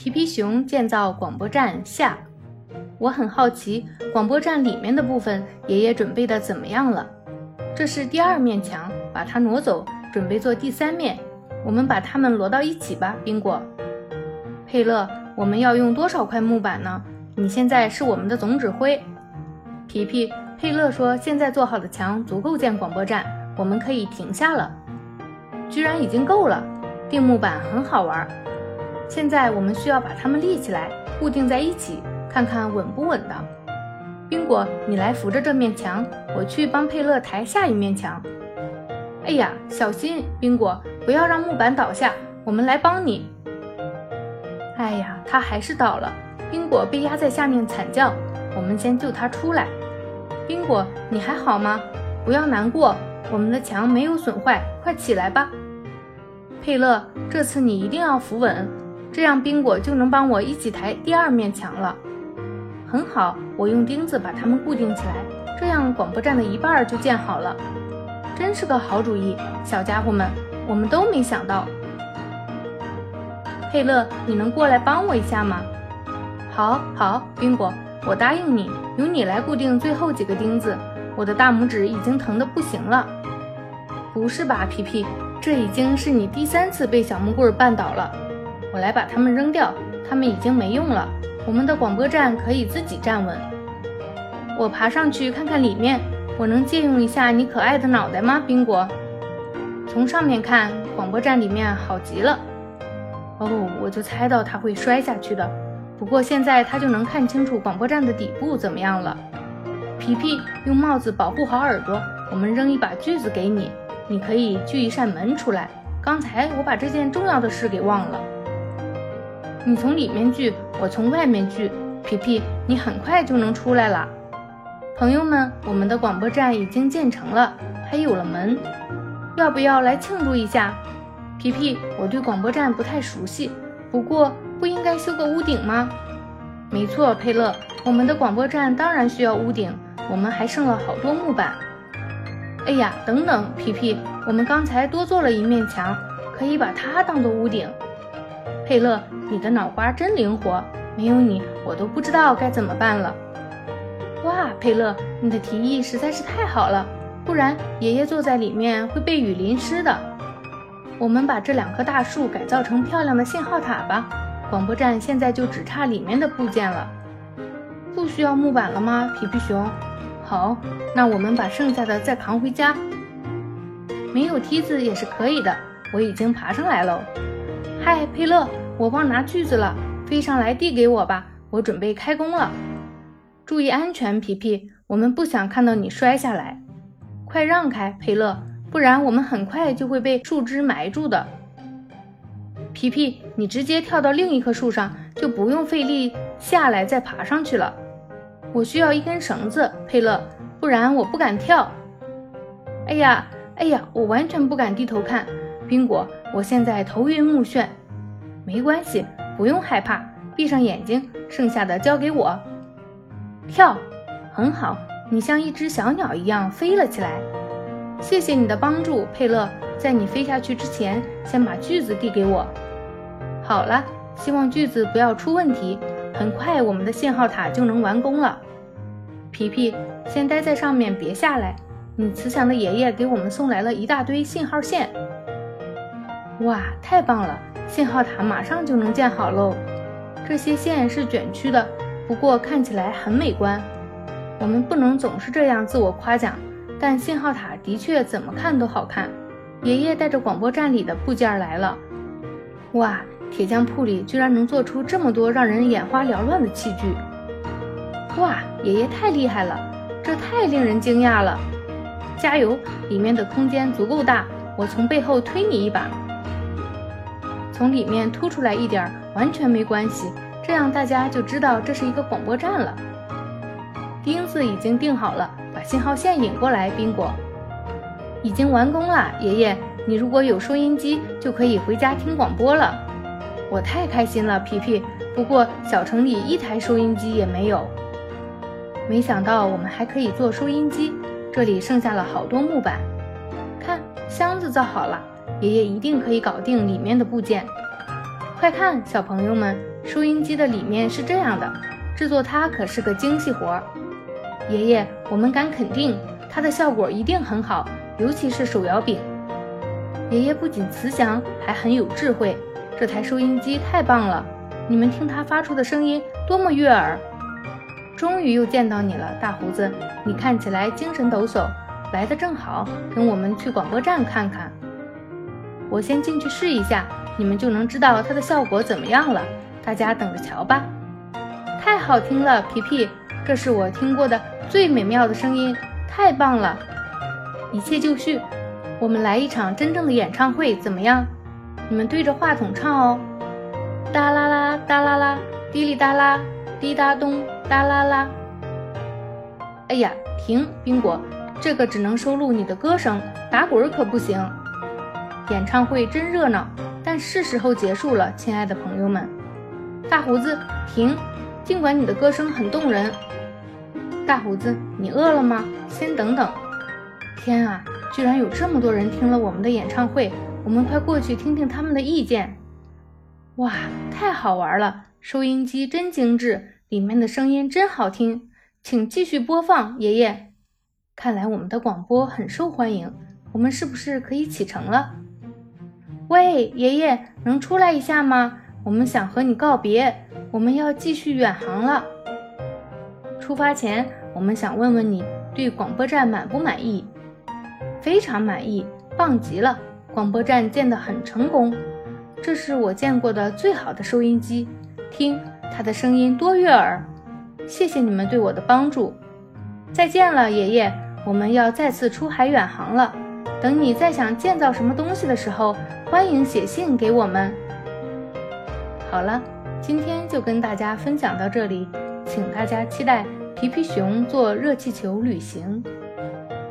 皮皮熊建造广播站下。我很好奇，广播站里面的部分爷爷准备的怎么样了？这是第2面墙，把它挪走，准备做第3面。我们把它们摞到一起吧，宾果。佩勒，我们要用多少块木板呢？你现在是我们的总指挥。皮皮，佩勒说现在做好的墙足够建广播站，我们可以停下了。居然已经够了，钉木板很好玩。现在我们需要把它们立起来，固定在一起，看看稳不稳的。宾果，你来扶着这面墙，我去帮佩勒抬下一面墙。哎呀，小心，宾果，不要让木板倒下，我们来帮你。哎呀，他还是倒了，宾果被压在下面惨叫，我们先救他出来。宾果，你还好吗？不要难过，我们的墙没有损坏，快起来吧。佩勒，这次你一定要扶稳，这样宾果就能帮我一起抬第2面墙了。很好，我用钉子把它们固定起来，这样广播站的一半就建好了。真是个好主意，小家伙们，我们都没想到。佩勒，你能过来帮我一下吗？好，宾果，我答应你，由你来固定最后几个钉子，我的大拇指已经疼得不行了。不是吧，皮皮，这已经是你第3次被小木棍绊倒了。我来把它们扔掉，它们已经没用了，我们的广播站可以自己站稳。我爬上去看看里面，我能借用一下你可爱的脑袋吗，宾果？从上面看，广播站里面好极了。我就猜到它会摔下去的，不过现在它就能看清楚广播站的底部怎么样了。皮皮，用帽子保护好耳朵，我们扔一把锯子给你，你可以锯一扇门出来。刚才我把这件重要的事给忘了。你从里面锯，我从外面锯，皮皮，你很快就能出来了。朋友们，我们的广播站已经建成了，还有了门，要不要来庆祝一下？皮皮，我对广播站不太熟悉，不过不应该修个屋顶吗？没错，佩勒，我们的广播站当然需要屋顶，我们还剩了好多木板。哎呀，等等，皮皮，我们刚才多做了一面墙，可以把它当做屋顶。佩勒，你的脑瓜真灵活，没有你我都不知道该怎么办了。哇，佩勒，你的提议实在是太好了，不然爷爷坐在里面会被雨淋湿的。我们把这2棵大树改造成漂亮的信号塔吧，广播站现在就只差里面的部件了。不需要木板了吗，皮皮熊？好，那我们把剩下的再扛回家。没有梯子也是可以的，我已经爬上来了。嗨，佩勒，我忘拿锯子了，飞上来递给我吧，我准备开工了。注意安全，皮皮，我们不想看到你摔下来。快让开，佩勒，不然我们很快就会被树枝埋住的。皮皮，你直接跳到另一棵树上，就不用费力下来再爬上去了。我需要一根绳子，佩勒，不然我不敢跳。哎呀，我完全不敢低头看。宾果，我现在头晕目眩。没关系，不用害怕，闭上眼睛，剩下的交给我。跳，很好，你像一只小鸟一样飞了起来。谢谢你的帮助，佩勒，在你飞下去之前，先把锯子递给我。好了，希望锯子不要出问题，很快我们的信号塔就能完工了。皮皮，先待在上面别下来，你慈祥的爷爷给我们送来了一大堆信号线。哇，太棒了，信号塔马上就能建好喽。这些线是卷曲的，不过看起来很美观。我们不能总是这样自我夸奖，但信号塔的确怎么看都好看。爷爷带着广播站里的部件来了。哇，铁匠铺里居然能做出这么多让人眼花缭乱的器具。哇，爷爷太厉害了，这太令人惊讶了。加油，里面的空间足够大，我从背后推你一把。从里面凸出来一点完全没关系，这样大家就知道这是一个广播站了。钉子已经钉好了，把信号线引过来，宾果。已经完工了，爷爷，你如果有收音机，就可以回家听广播了。我太开心了，皮皮，不过小城里一台收音机也没有。没想到我们还可以做收音机，这里剩下了好多木板。看，箱子造好了，爷爷一定可以搞定里面的部件。 快看，小朋友们，收音机的里面是这样的，制作它可是个精细活。爷爷，我们敢肯定，它的效果一定很好，尤其是手摇饼。爷爷不仅慈祥，还很有智慧。这台收音机太棒了，你们听它发出的声音多么悦耳。终于又见到你了，大胡子，你看起来精神抖擞，来得正好，跟我们去广播站看看。我先进去试一下，你们就能知道它的效果怎么样了，大家等着瞧吧。太好听了，皮皮，这是我听过的最美妙的声音，太棒了！一切就绪，我们来一场真正的演唱会怎么样？你们对着话筒唱哦。哒啦啦哒啦啦，滴哩哒啦，滴答咚哒啦啦。哎呀，停，宾果，这个只能收录你的歌声，打滚可不行。演唱会真热闹，但是时候结束了，亲爱的朋友们。大胡子，停，尽管你的歌声很动人。大胡子，你饿了吗？先等等。天啊，居然有这么多人听了我们的演唱会，我们快过去听听他们的意见。哇，太好玩了，收音机真精致，里面的声音真好听，请继续播放，爷爷。看来我们的广播很受欢迎，我们是不是可以启程了？喂，爷爷，能出来一下吗？我们想和你告别，我们要继续远航了。出发前，我们想问问你对广播站满不满意？非常满意，棒极了，广播站建得很成功。这是我见过的最好的收音机，听它的声音多悦耳。谢谢你们对我的帮助。再见了，爷爷，我们要再次出海远航了。等你再想建造什么东西的时候，欢迎写信给我们。好了，今天就跟大家分享到这里，请大家期待皮皮熊坐热气球旅行。